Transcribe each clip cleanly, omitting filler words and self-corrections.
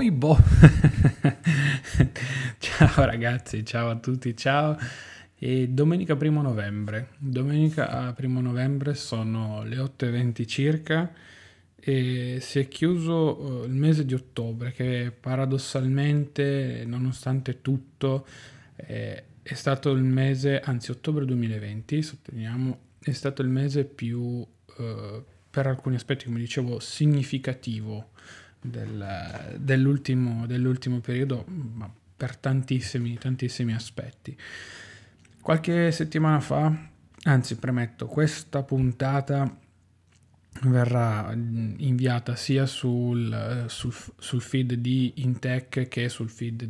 boh. Ciao ragazzi, ciao a tutti, ciao. E domenica 1 novembre. Domenica 1 novembre sono le 8:20 circa e si è chiuso il mese di ottobre che paradossalmente, nonostante tutto, è stato il mese, anzi ottobre 2020, sottolineiamo, è stato il mese più, per alcuni aspetti, come dicevo, significativo dell'ultimo periodo, ma per tantissimi aspetti. Qualche settimana fa, anzi premetto, questa puntata verrà inviata sia sul feed di Intech che sul feed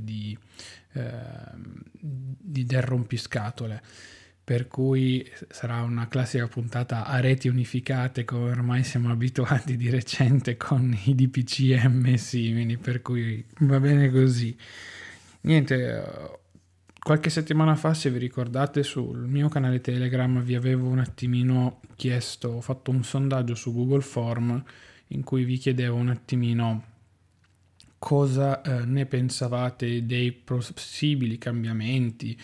del Rompiscatole, per cui sarà una classica puntata a reti unificate come ormai siamo abituati di recente con i DPCM e simili, per cui va bene così. Niente, qualche settimana fa, se vi ricordate, sul mio canale Telegram vi avevo un attimino chiesto, ho fatto un sondaggio su Google Form in cui vi chiedevo un attimino cosa ne pensavate dei possibili cambiamenti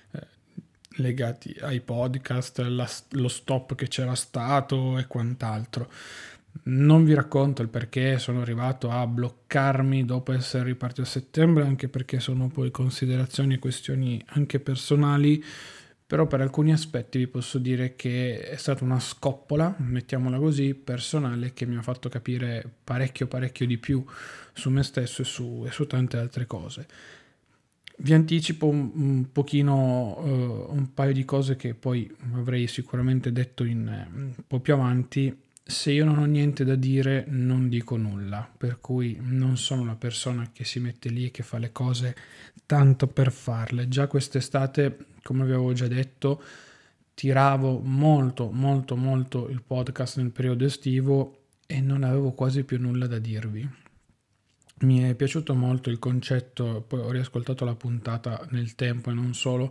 legati ai podcast, lo stop che c'era stato e quant'altro. Non vi racconto il perché sono arrivato a bloccarmi dopo essere ripartito a settembre, anche perché sono poi considerazioni e questioni anche personali, però per alcuni aspetti vi posso dire che è stata una scoppola, mettiamola così, personale, che mi ha fatto capire parecchio di più su me stesso e su tante altre cose. Vi anticipo un pochino un paio di cose che poi avrei sicuramente detto un po' più avanti. Se io non ho niente da dire, non dico nulla, per cui non sono una persona che si mette lì e che fa le cose tanto per farle. Già quest'estate, come vi avevo già detto, tiravo molto il podcast nel periodo estivo e non avevo quasi più nulla da dirvi. Mi è piaciuto molto il concetto, poi ho riascoltato la puntata nel tempo e non solo,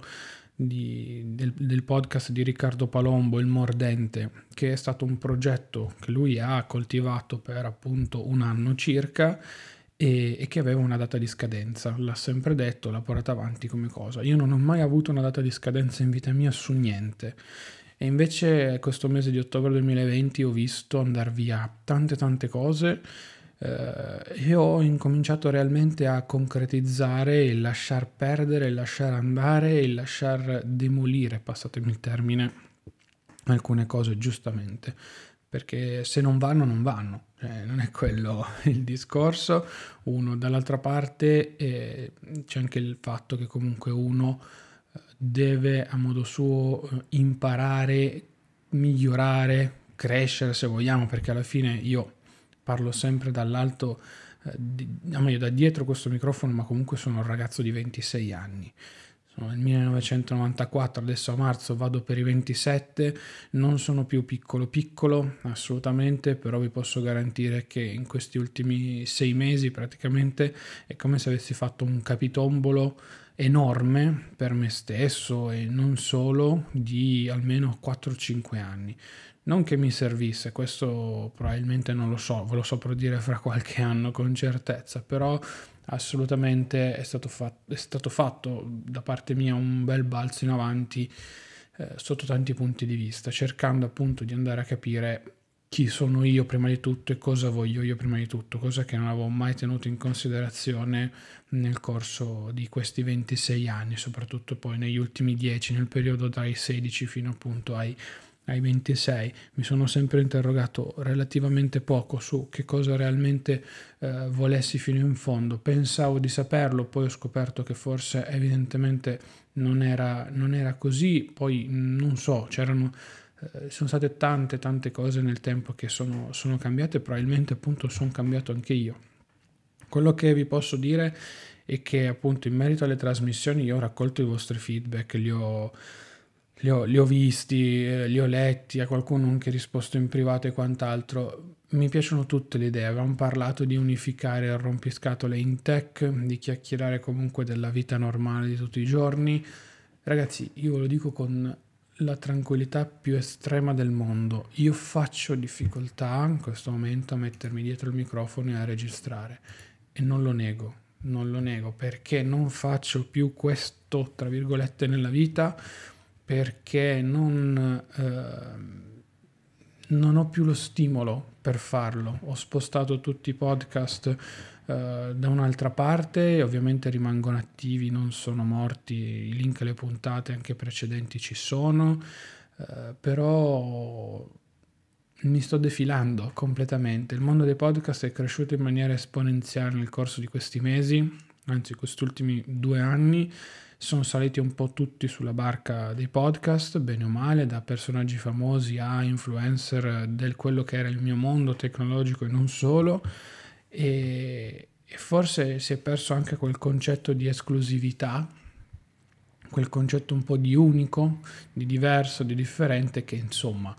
del podcast di Riccardo Palombo, Il Mordente, che è stato un progetto che lui ha coltivato per appunto un anno circa e che aveva una data di scadenza. L'ha sempre detto, l'ha portata avanti come cosa. Io non ho mai avuto una data di scadenza in vita mia su niente. E invece questo mese di ottobre 2020 ho visto andare via tante cose e ho incominciato realmente a concretizzare il lasciar perdere, il lasciar andare, il lasciar demolire, passatemi il termine, alcune cose giustamente, perché se non vanno non vanno, non è quello il discorso. Uno, dall'altra parte c'è anche il fatto che comunque uno deve a modo suo imparare, migliorare, crescere se vogliamo, perché alla fine io parlo sempre dall'alto, meglio da dietro questo microfono, ma comunque sono un ragazzo di 26 anni. Sono nel 1994, adesso a marzo vado per i 27, non sono più piccolo, assolutamente, però vi posso garantire che in questi ultimi 6 mesi praticamente è come se avessi fatto un capitombolo enorme per me stesso e non solo, di almeno 4-5 anni. Non che mi servisse, questo probabilmente non lo so, ve lo saprò dire fra qualche anno con certezza, però assolutamente è stato fatto da parte mia un bel balzo in avanti sotto tanti punti di vista, cercando appunto di andare a capire chi sono io prima di tutto e cosa voglio io prima di tutto, cosa che non avevo mai tenuto in considerazione nel corso di questi 26 anni, soprattutto poi negli ultimi 10, nel periodo dai 16 fino appunto ai 26. Mi sono sempre interrogato relativamente poco su che cosa realmente volessi fino in fondo. Pensavo di saperlo, poi ho scoperto che forse evidentemente non era così. Poi non so, sono state tante cose nel tempo che sono cambiate, probabilmente appunto sono cambiato anche io. Quello che vi posso dire è che appunto in merito alle trasmissioni io ho raccolto i vostri feedback, li ho visti, li ho letti, a qualcuno anche risposto in privato e quant'altro. Mi piacciono tutte le idee, avevamo parlato di unificare il rompiscatole in tech, di chiacchierare comunque della vita normale di tutti i giorni. Ragazzi, io ve lo dico con la tranquillità più estrema del mondo. Io faccio difficoltà in questo momento a mettermi dietro il microfono e a registrare. e non lo nego perché non faccio più questo, tra virgolette, nella vita, perché non ho più lo stimolo per farlo. Ho spostato tutti i podcast da un'altra parte e ovviamente rimangono attivi, non sono morti, i link alle puntate anche precedenti ci sono, però mi sto defilando completamente. Il mondo dei podcast è cresciuto in maniera esponenziale nel corso di questi mesi, anzi questi ultimi 2 anni. Sono saliti un po' tutti sulla barca dei podcast, bene o male, da personaggi famosi a influencer del quello che era il mio mondo tecnologico e non solo. E forse si è perso anche quel concetto di esclusività, quel concetto un po' di unico, di diverso, di differente, che insomma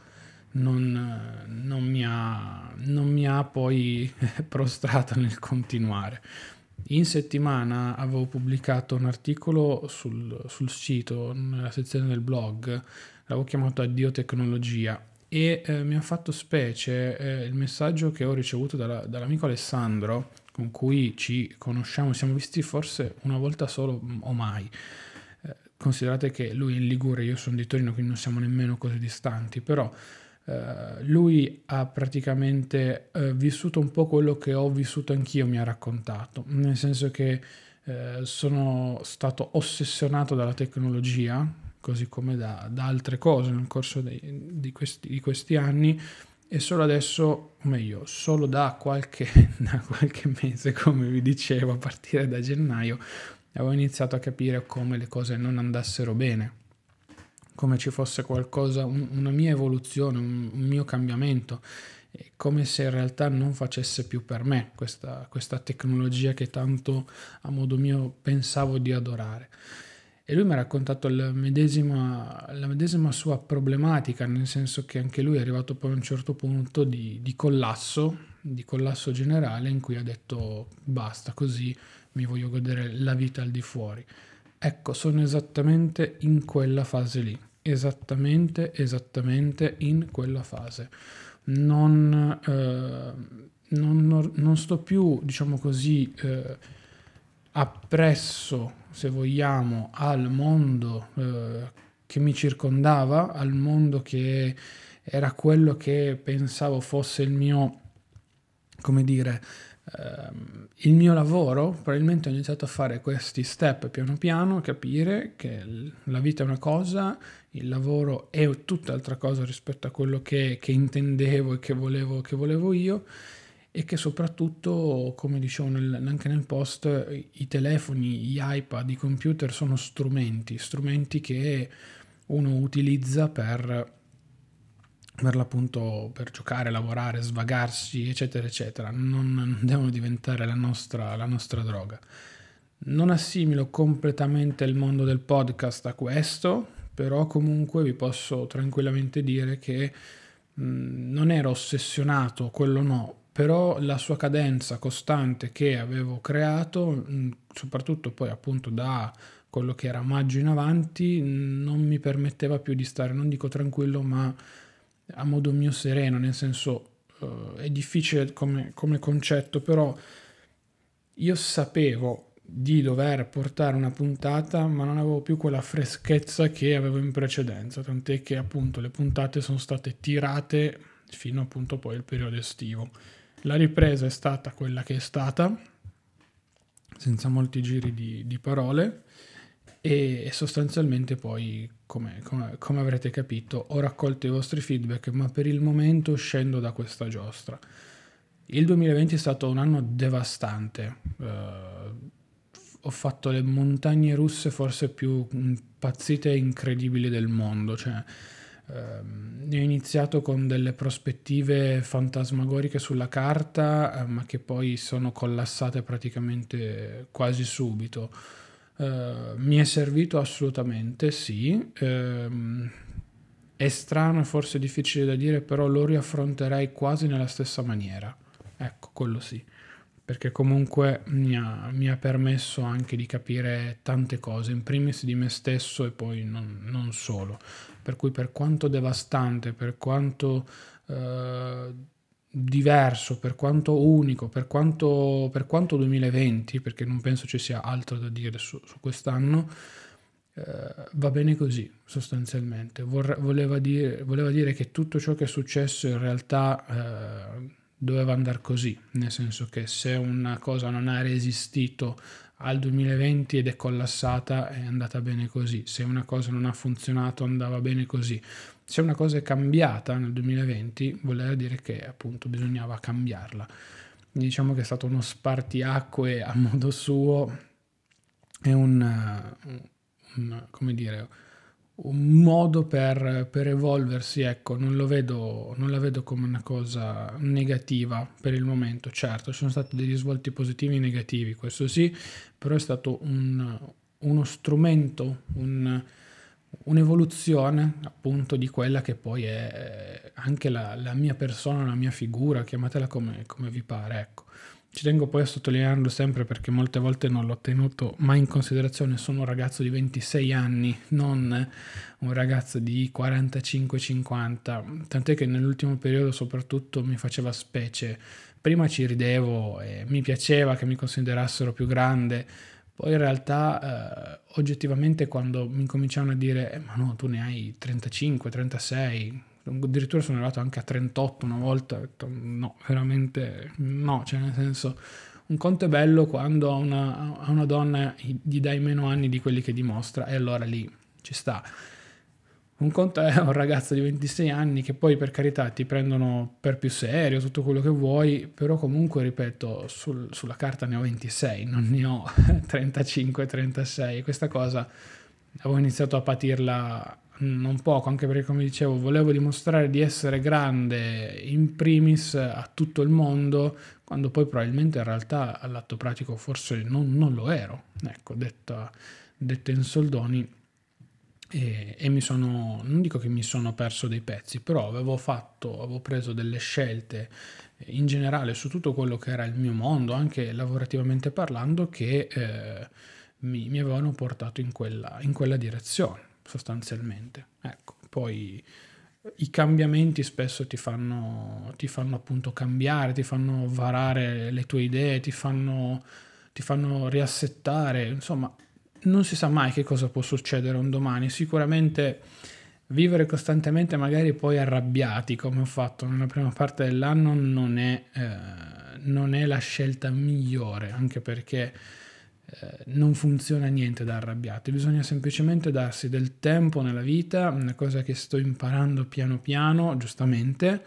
non mi ha poi prostrato nel continuare. In settimana avevo pubblicato un articolo sul sito, nella sezione del blog, l'avevo chiamato Addio tecnologia, e mi ha fatto specie il messaggio che ho ricevuto dall'amico Alessandro, con cui ci conosciamo, siamo visti forse una volta solo o mai. Considerate che lui è in Liguria, io sono di Torino, quindi non siamo nemmeno così distanti, però lui ha praticamente vissuto un po' quello che ho vissuto anch'io, mi ha raccontato, nel senso che sono stato ossessionato dalla tecnologia, così come da altre cose nel corso di questi anni, e solo adesso, o meglio, solo da qualche mese, come vi dicevo, a partire da gennaio, avevo iniziato a capire come le cose non andassero bene, come ci fosse qualcosa, una mia evoluzione, un mio cambiamento, come se in realtà non facesse più per me questa tecnologia che tanto a modo mio pensavo di adorare. E lui mi ha raccontato la medesima sua problematica, nel senso che anche lui è arrivato poi a un certo punto di collasso generale, in cui ha detto basta, così mi voglio godere la vita al di fuori. Ecco, sono esattamente in quella fase lì, esattamente in quella fase. Non sto più, diciamo così, appresso, se vogliamo, al mondo che mi circondava, al mondo che era quello che pensavo fosse il mio, come dire, il mio lavoro. Probabilmente ho iniziato a fare questi step piano piano, capire che la vita è una cosa, il lavoro è tutt'altra cosa rispetto a quello che intendevo e che volevo io, e che soprattutto, come dicevo anche nel post, i telefoni, gli iPad, i computer sono strumenti che uno utilizza per l'appunto, per giocare, lavorare, svagarsi, eccetera, eccetera. Non devono diventare la nostra droga. Non assimilo completamente il mondo del podcast a questo, però comunque vi posso tranquillamente dire che non ero ossessionato, quello no, però la sua cadenza costante che avevo creato, soprattutto poi appunto da quello che era maggio in avanti, non mi permetteva più di stare, non dico tranquillo, ma a modo mio sereno, nel senso è difficile come concetto, però io sapevo di dover portare una puntata, ma non avevo più quella freschezza che avevo in precedenza, tant'è che appunto le puntate sono state tirate fino appunto poi al periodo estivo. La ripresa è stata quella che è stata, senza molti giri di parole, e sostanzialmente poi, come avrete capito, ho raccolto i vostri feedback, ma per il momento scendo da questa giostra. Il 2020 è stato un anno devastante. Ho fatto le montagne russe forse più impazzite e incredibili del mondo, cioè ne ho iniziato con delle prospettive fantasmagoriche sulla carta, ma che poi sono collassate praticamente quasi subito. Mi è servito assolutamente, sì. È strano e forse difficile da dire, però lo riaffronterei quasi nella stessa maniera. Ecco, quello sì, perché comunque mi ha permesso anche di capire tante cose, in primis di me stesso e poi non solo. Per cui per quanto devastante, per quanto diverso, per quanto unico, per quanto 2020, perché non penso ci sia altro da dire su quest'anno, va bene così, sostanzialmente. Voleva dire che tutto ciò che è successo in realtà doveva andare così, nel senso che se una cosa non ha resistito al 2020 ed è collassata, è andata bene così. Se una cosa non ha funzionato, andava bene così. Se una cosa è cambiata nel 2020, voleva dire che appunto bisognava cambiarla. Diciamo che è stato uno spartiacque a modo suo e come dire, un modo per evolversi, ecco, non la vedo come una cosa negativa per il momento. Certo, ci sono stati degli svolti positivi e negativi, questo sì, però è stato uno strumento, un'evoluzione appunto di quella che poi è anche la mia persona, la mia figura, chiamatela come vi pare, ecco. Ci tengo poi a sottolinearlo sempre perché molte volte non l'ho tenuto mai in considerazione, sono un ragazzo di 26 anni, non un ragazzo di 45-50, tant'è che nell'ultimo periodo soprattutto mi faceva specie. Prima ci ridevo e mi piaceva che mi considerassero più grande, poi in realtà oggettivamente quando mi cominciavano a dire ma no, tu ne hai 35, 36, addirittura sono arrivato anche a 38 una volta, ho detto no, veramente no, cioè nel senso un conto è bello quando a una donna gli dai meno anni di quelli che dimostra e allora lì ci sta. Un conto è un ragazzo di 26 anni che poi per carità ti prendono per più serio, tutto quello che vuoi, però comunque ripeto, sulla carta ne ho 26, non ne ho 35-36. Questa cosa avevo iniziato a patirla non poco, anche perché come dicevo volevo dimostrare di essere grande in primis a tutto il mondo, quando poi probabilmente in realtà all'atto pratico forse non lo ero, ecco, detta in soldoni. E non dico che mi sono perso dei pezzi, però avevo preso delle scelte in generale su tutto quello che era il mio mondo, anche lavorativamente parlando, che mi avevano portato in quella direzione, sostanzialmente. Ecco, poi i cambiamenti spesso ti fanno appunto cambiare, ti fanno varare le tue idee, ti fanno riassettare, insomma, non si sa mai che cosa può succedere un domani. Sicuramente vivere costantemente, magari poi arrabbiati, come ho fatto nella prima parte dell'anno, non è la scelta migliore, anche perché non funziona niente da arrabbiati, bisogna semplicemente darsi del tempo nella vita, una cosa che sto imparando piano piano, giustamente,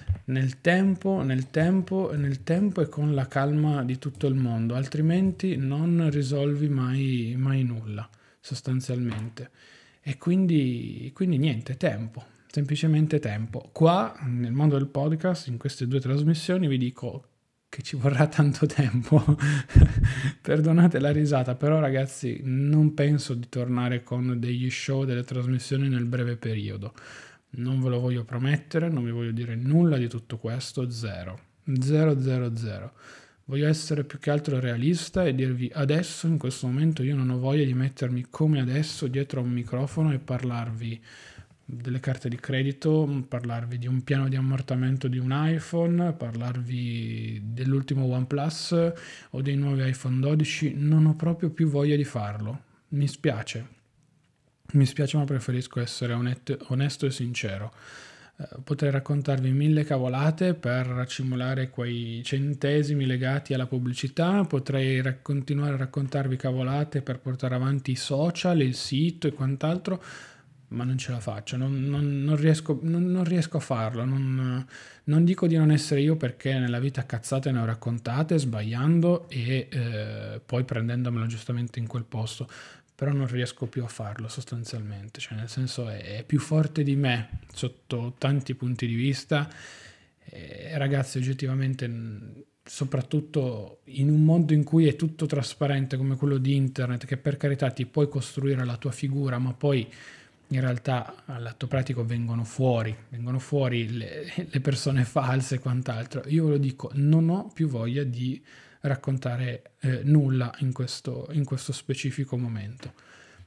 nel tempo e con la calma di tutto il mondo, altrimenti non risolvi mai nulla, sostanzialmente. E quindi niente, tempo, semplicemente tempo. Qua, nel mondo del podcast, in queste 2 trasmissioni, vi dico che ci vorrà tanto tempo. Perdonate la risata, però ragazzi, non penso di tornare con degli show, delle trasmissioni nel breve periodo. Non ve lo voglio promettere, non vi voglio dire nulla di tutto questo, zero. Zero, zero, zero. Voglio essere più che altro realista e dirvi adesso, in questo momento, io non ho voglia di mettermi come adesso dietro a un microfono e parlarvi delle carte di credito, parlarvi di un piano di ammortamento di un iPhone, parlarvi dell'ultimo OnePlus o dei nuovi iPhone 12, non ho proprio più voglia di farlo. Mi spiace, ma preferisco essere onesto e sincero. Potrei raccontarvi 1000 cavolate per racimolare quei centesimi legati alla pubblicità, potrei continuare a raccontarvi cavolate per portare avanti i social, il sito e quant'altro, ma non ce la faccio, non riesco a farlo, non dico di non essere io perché nella vita cazzate ne ho raccontate, sbagliando e poi prendendomelo giustamente in quel posto, però non riesco più a farlo sostanzialmente, cioè nel senso è più forte di me sotto tanti punti di vista e ragazzi oggettivamente soprattutto in un mondo in cui è tutto trasparente come quello di internet, che per carità ti puoi costruire la tua figura ma poi in realtà all'atto pratico vengono fuori le persone false e quant'altro. Io ve lo dico, non ho più voglia di raccontare nulla in questo specifico momento.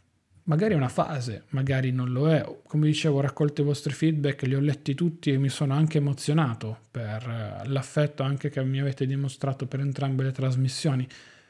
magari è una fase, magari non lo è. Come dicevo, ho raccolto i vostri feedback, li ho letti tutti e mi sono anche emozionato per l'affetto anche che mi avete dimostrato per entrambe le trasmissioni.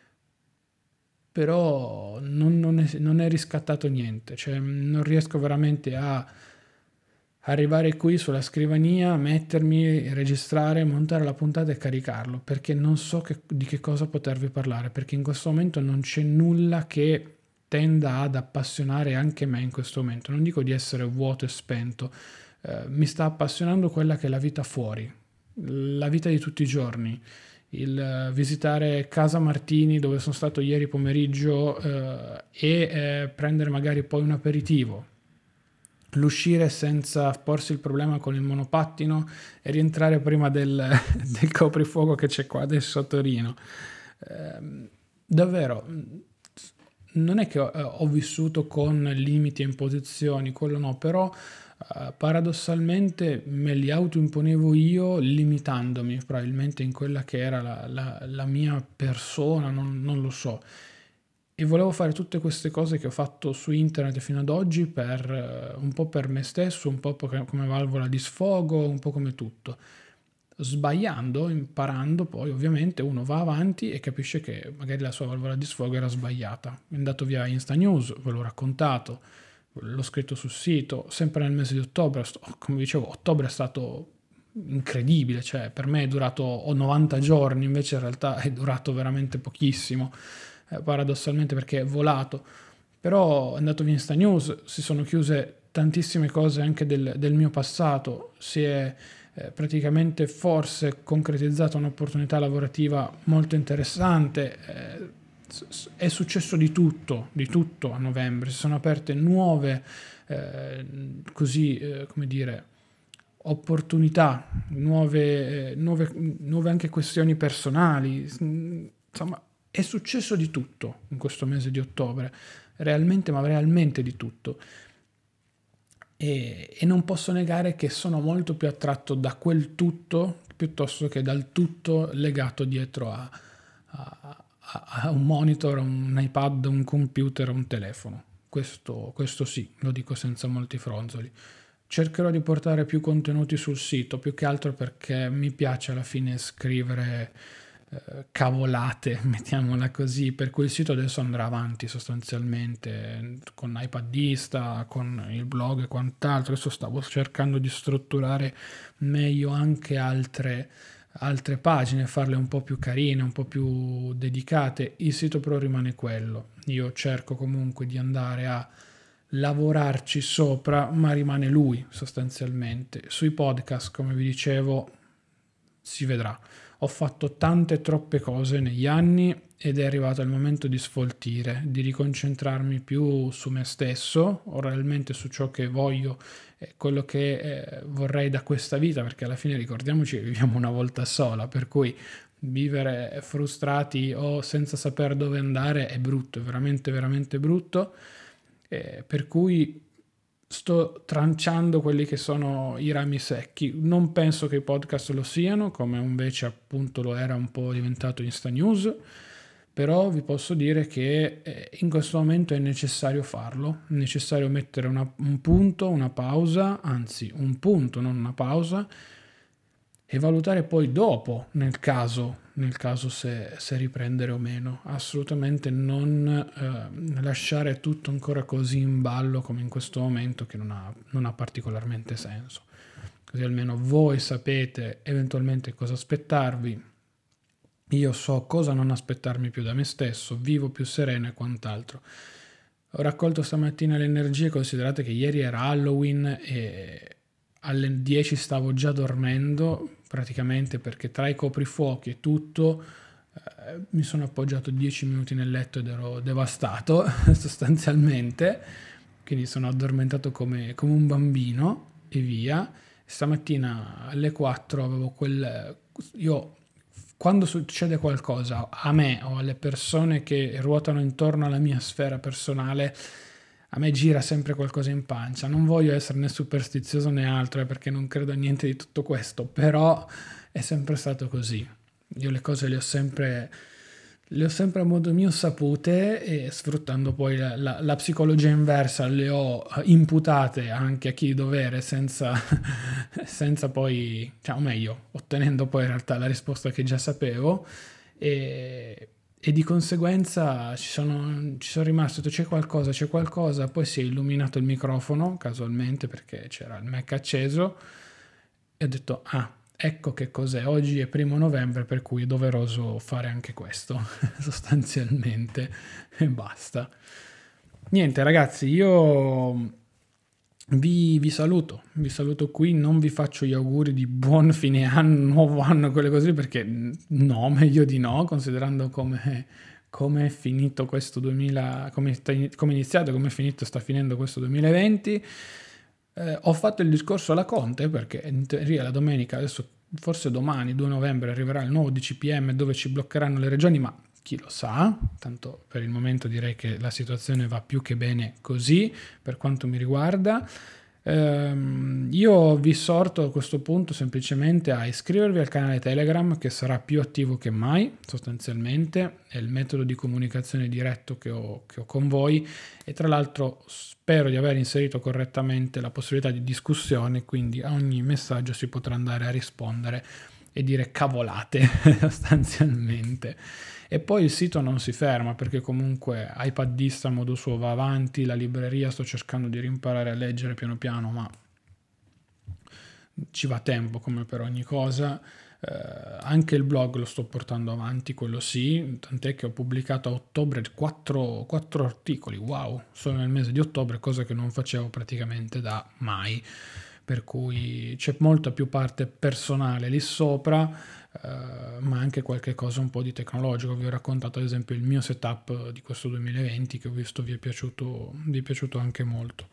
Però non è riscattato niente, cioè non riesco veramente a arrivare qui sulla scrivania, mettermi, registrare, montare la puntata e caricarlo, perché non so di che cosa potervi parlare, perché in questo momento non c'è nulla che tenda ad appassionare anche me in questo momento. Non dico di essere vuoto e spento, mi sta appassionando quella che è la vita fuori, la vita di tutti i giorni. Il visitare Casa Martini dove sono stato ieri pomeriggio prendere magari poi un aperitivo, l'uscire senza porsi il problema con il monopattino e rientrare prima del coprifuoco che c'è qua adesso a Torino. Davvero, non è che ho vissuto con limiti e imposizioni, quello no, però paradossalmente me li autoimponevo io limitandomi probabilmente in quella che era la mia persona, non lo so. E volevo fare tutte queste cose che ho fatto su internet fino ad oggi un po' per me stesso, un po' come valvola di sfogo, un po' come tutto. Sbagliando, imparando, poi ovviamente uno va avanti e capisce che magari la sua valvola di sfogo era sbagliata. È andato via Insta News, ve l'ho raccontato, l'ho scritto sul sito, sempre nel mese di ottobre, come dicevo, ottobre è stato incredibile, cioè per me è durato 90 giorni, invece in realtà è durato veramente pochissimo, paradossalmente perché è volato. Però è andato via Insta News, si sono chiuse tantissime cose anche del mio passato, si è praticamente forse concretizzata un'opportunità lavorativa molto interessante, è successo di tutto a novembre, si sono aperte nuove, come dire, opportunità, nuove anche questioni personali, insomma è successo di tutto in questo mese di ottobre, realmente, ma realmente di tutto. E non posso negare che sono molto più attratto da quel tutto piuttosto che dal tutto legato dietro a un monitor, un iPad, un computer, un telefono. Questo sì, lo dico senza molti fronzoli. Cercherò di portare più contenuti sul sito, più che altro perché mi piace alla fine scrivere cavolate, mettiamola così, per cui il sito adesso andrà avanti sostanzialmente con iPadista, con il blog e quant'altro. Adesso stavo cercando di strutturare meglio anche altre pagine, farle un po' più carine, un po' più dedicate. Il sito però rimane quello. Io cerco comunque di andare a lavorarci sopra, ma rimane lui sostanzialmente. Sui podcast, come vi dicevo, si vedrà. Ho fatto tante troppe cose negli anni ed è arrivato il momento di sfoltire, di riconcentrarmi più su me stesso, o realmente su ciò che voglio, quello che vorrei da questa vita, perché alla fine ricordiamoci che viviamo una volta sola, per cui vivere frustrati o senza sapere dove andare è brutto, è veramente veramente brutto, per cui sto tranciando quelli che sono i rami secchi. Non penso che i podcast lo siano, come invece appunto lo era un po' diventato Insta News, però vi posso dire che in questo momento è necessario farlo, è necessario mettere un punto, una pausa, anzi un punto, non una pausa, e valutare poi dopo, nel caso se riprendere o meno. Assolutamente non lasciare tutto ancora così in ballo come in questo momento, che non ha particolarmente senso. Così almeno voi sapete eventualmente cosa aspettarvi, io so cosa non aspettarmi più da me stesso, vivo più sereno e quant'altro. Ho raccolto stamattina le energie, considerate che ieri era Halloween e alle 10 stavo già dormendo praticamente, perché tra i coprifuochi e tutto mi sono appoggiato 10 minuti nel letto ed ero devastato sostanzialmente, quindi sono addormentato come un bambino e via. Stamattina alle 4 avevo io quando succede qualcosa a me o alle persone che ruotano intorno alla mia sfera personale, a me gira sempre qualcosa in pancia. Non voglio essere né superstizioso né altro, perché non credo a niente di tutto questo, però è sempre stato così. Io le cose le ho sempre Le ho sempre a modo mio sapute e sfruttando poi la psicologia inversa le ho imputate anche a chi di dovere senza, senza poi, cioè, o meglio, ottenendo poi in realtà la risposta che già sapevo e di conseguenza ci sono rimasto, ho detto, c'è qualcosa, poi si è illuminato il microfono casualmente perché c'era il Mac acceso e ho detto, ah, ecco che cos'è, oggi è 1° novembre per cui è doveroso fare anche questo, sostanzialmente, e basta. Niente ragazzi, io vi saluto qui, non vi faccio gli auguri di buon fine anno, nuovo anno, quelle cose perché no, meglio di no, considerando come è finito questo 2000, come è iniziato, come è finito, sta finendo questo 2020. Ho fatto il discorso alla Conte perché in teoria la domenica, adesso forse domani, 2 novembre, arriverà il nuovo DCPM dove ci bloccheranno le regioni, ma chi lo sa, tanto per il momento direi che la situazione va più che bene così per quanto mi riguarda. Io vi esorto a questo punto semplicemente a iscrivervi al canale Telegram che sarà più attivo che mai, sostanzialmente è il metodo di comunicazione diretto che ho con voi e tra l'altro spero di aver inserito correttamente la possibilità di discussione, quindi a ogni messaggio si potrà andare a rispondere e dire cavolate sostanzialmente. E poi il sito non si ferma perché comunque iPadista a modo suo va avanti, la libreria sto cercando di rimparare a leggere piano piano, ma ci va tempo come per ogni cosa. Anche il blog lo sto portando avanti, quello sì, tant'è che ho pubblicato a ottobre 4 articoli, wow, solo nel mese di ottobre, cosa che non facevo praticamente da mai, per cui c'è molta più parte personale lì sopra, ma anche qualche cosa un po' di tecnologico. Vi ho raccontato ad esempio il mio setup di questo 2020 che ho visto vi è piaciuto anche molto.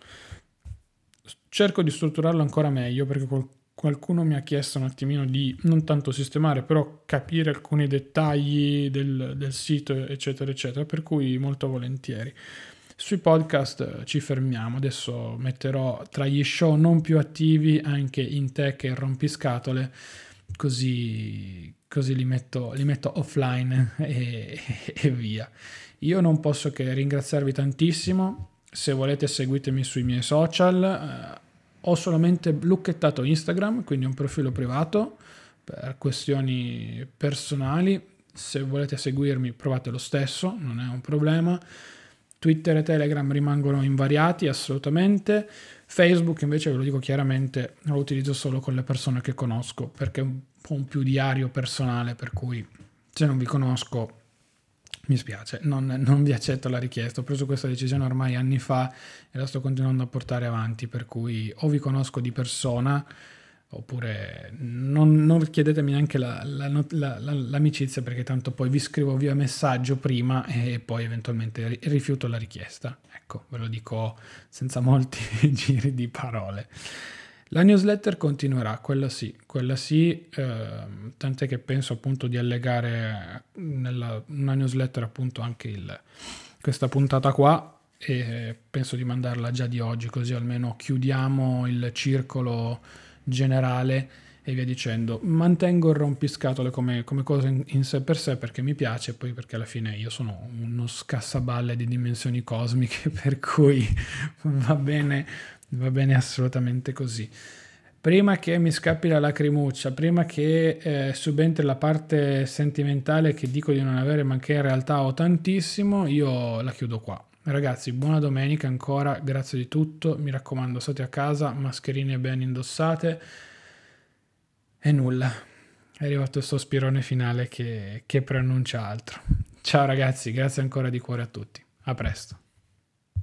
Cerco di strutturarlo ancora meglio perché qualcuno mi ha chiesto un attimino di non tanto sistemare, però capire alcuni dettagli del sito, eccetera, eccetera, per cui molto volentieri. Sui podcast ci fermiamo, adesso metterò tra gli show non più attivi anche In Tech e Rompiscatole, così li metto offline e via. Io non posso che ringraziarvi tantissimo. Se volete seguitemi sui miei social, ho solamente lucchettato Instagram, quindi un profilo privato per questioni personali. Se volete seguirmi provate lo stesso, non è un problema. Twitter e Telegram rimangono invariati assolutamente. Facebook invece ve lo dico chiaramente, lo utilizzo solo con le persone che conosco perché è un po' un più diario personale, per cui se non vi conosco mi spiace, non vi accetto la richiesta. Ho preso questa decisione ormai anni fa e la sto continuando a portare avanti, per cui o vi conosco di persona oppure non chiedetemi neanche l'amicizia perché tanto poi vi scrivo via messaggio prima e poi eventualmente rifiuto la richiesta. Ecco, ve lo dico senza molti giri di parole. La newsletter continuerà, quella sì, tant'è che penso appunto di allegare una newsletter appunto anche questa puntata qua e penso di mandarla già di oggi, così almeno chiudiamo il circolo generale e via dicendo. Mantengo il rompiscatole come cosa in sé per sé perché mi piace, poi perché alla fine io sono uno scassaballe di dimensioni cosmiche, per cui va bene assolutamente così. Prima che mi scappi la lacrimuccia, prima che subentri la parte sentimentale che dico di non avere ma che in realtà ho tantissimo, io la chiudo qua. Ragazzi, buona domenica ancora, grazie di tutto, mi raccomando state a casa, mascherine ben indossate e nulla, è arrivato il sospirone finale che preannuncia altro. Ciao ragazzi, grazie ancora di cuore a tutti, a presto.